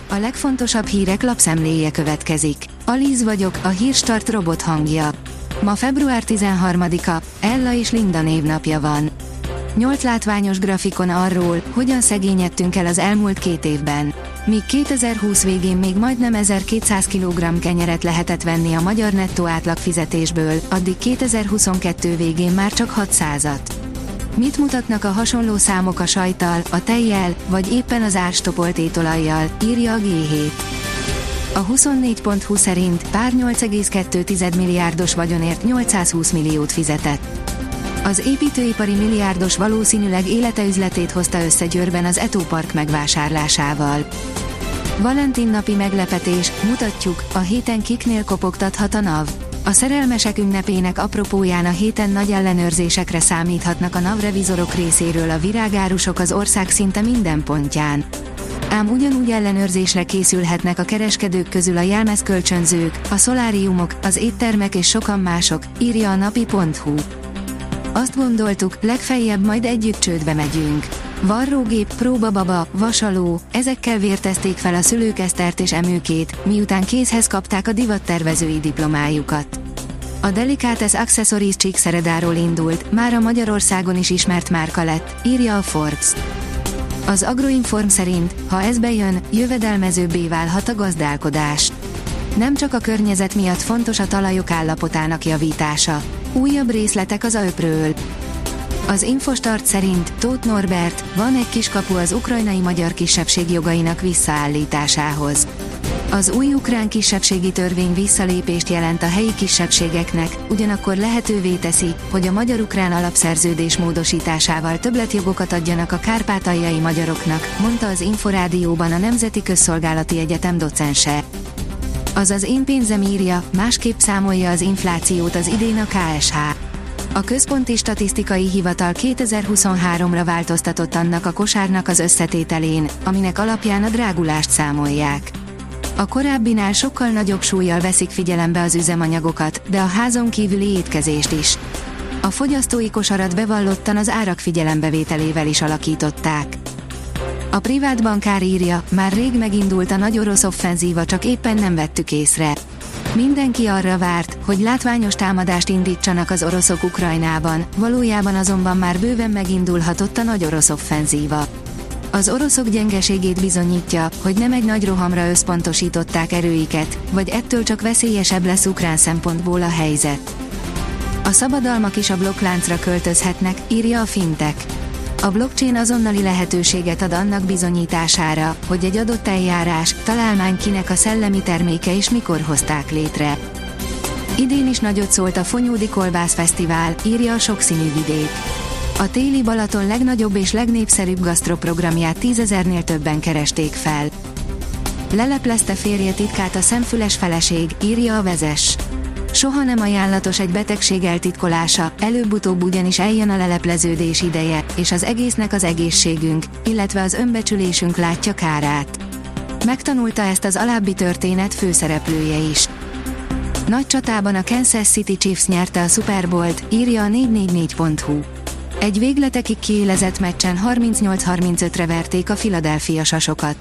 A legfontosabb hírek lapszemléje következik. Alíz vagyok, a Hírstart robot hangja. Ma február 13-a, Ella és Linda névnapja van. 8 látványos grafikon arról, hogyan szegényedtünk el az elmúlt 2 évben. Míg 2020 végén még majdnem 1200 kg kenyeret lehetett venni a magyar nettó átlagfizetésből, addig 2022 végén már csak 600-at. Mit mutatnak a hasonló számok a sajttal, a tejjel, vagy éppen az árstopolt étolajjal, írja a G7. A 24.hu szerint pár 8,2 milliárdos vagyonért 820 milliót fizetett. Az építőipari milliárdos valószínűleg élete üzletét hozta össze Győrben az Eto Park megvásárlásával. Valentin napi meglepetés, mutatjuk, a héten kiknél kopogtathat a NAV. A szerelmesek ünnepének apropóján a héten nagy ellenőrzésekre számíthatnak a NAV revizorok részéről a virágárusok az ország szinte minden pontján. Ám ugyanúgy ellenőrzésre készülhetnek a kereskedők közül a jelmezkölcsönzők, a szoláriumok, az éttermek és sokan mások, írja a napi.hu. Azt gondoltuk, legfeljebb majd együtt csődbe megyünk. Varrógép, próbababa, vasaló, ezekkel vértezték fel a szülők Esztert és Emőkét, miután kézhez kapták a divattervezői diplomájukat. A Delicates Accessories Csíkszeredáról indult, mára Magyarországon is ismert márka lett, írja a Forbes. Az Agroinform szerint, ha ez bejön, jövedelmezőbbé válhat a gazdálkodás. Nem csak a környezet miatt fontos a talajok állapotának javítása. Újabb részletek az ÖP-ről. Az Infostart szerint Tóth Norbert, van egy kiskapu az ukrajnai magyar kisebbség jogainak visszaállításához. Az új ukrán kisebbségi törvény visszalépést jelent a helyi kisebbségeknek, ugyanakkor lehetővé teszi, hogy a magyar-ukrán alapszerződés módosításával többletjogokat adjanak a kárpátaljai magyaroknak, mondta az Inforádióban a Nemzeti Közszolgálati Egyetem docense. Az én pénzem írja, másképp számolja az inflációt az idén a KSH. A Központi Statisztikai Hivatal 2023-ra változtatott annak a kosárnak az összetételén, aminek alapján a drágulást számolják. A korábbinál sokkal nagyobb súllyal veszik figyelembe az üzemanyagokat, de a házon kívüli étkezést is. A fogyasztói kosarat bevallottan az árak figyelembevételével is alakították. A privát bankár írja, már rég megindult a nagy orosz offenzíva, csak éppen nem vettük észre. Mindenki arra várt, hogy látványos támadást indítsanak az oroszok Ukrajnában, valójában azonban már bőven megindulhatott a nagy orosz offenzíva. Az oroszok gyengeségét bizonyítja, hogy nem egy nagy rohamra összpontosították erőiket, vagy ettől csak veszélyesebb lesz ukrán szempontból a helyzet. A szabadalmak is a blokkláncra költözhetnek, írja a Fintech. A blockchain azonnali lehetőséget ad annak bizonyítására, hogy egy adott eljárás, találmány kinek a szellemi terméke és mikor hozták létre. Idén is nagyot szólt a Fonyódi Kolbász Fesztivál, írja a Sokszínű Vidék. A téli Balaton legnagyobb és legnépszerűbb gasztroprogramját 10 000-nél többen keresték fel. Leleplezte férje titkát a szemfüles feleség, írja a Vezes. Soha nem ajánlatos egy betegség eltitkolása, előbb-utóbb ugyanis eljön a lelepleződés ideje, és az egésznek az egészségünk, illetve az önbecsülésünk látja kárát. Megtanulta ezt az alábbi történet főszereplője is. Nagy csatában a Kansas City Chiefs nyerte a Super Bowl-t, írja a 444.hu. Egy végletekig kiélezett meccsen 38-35-re verték a Philadelphia sasokat.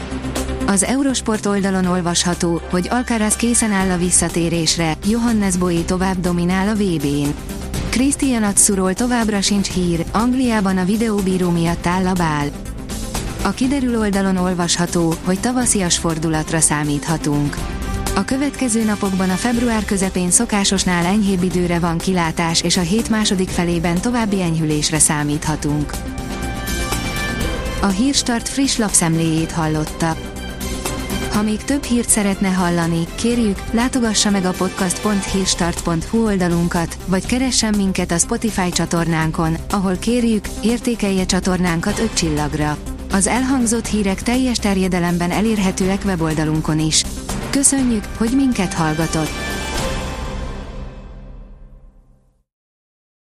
Az Eurosport oldalon olvasható, hogy Alcaraz készen áll a visszatérésre, Johannes Boi tovább dominál a VB-n. Christian Atsuról továbbra sincs hír, Angliában a videóbíró miatt áll a bál. A kiderül oldalon olvasható, hogy tavaszias fordulatra számíthatunk. A következő napokban a február közepén szokásosnál enyhébb időre van kilátás, és a hét második felében további enyhülésre számíthatunk. A Hírstart friss lapszemléjét hallotta. Ha még több hírt szeretne hallani, kérjük, látogassa meg a podcast.hírstart.hu oldalunkat, vagy keressen minket a Spotify csatornánkon, ahol kérjük, értékelje csatornánkat 5 csillagra. Az elhangzott hírek teljes terjedelemben elérhetőek weboldalunkon is. Köszönjük, hogy minket hallgatott!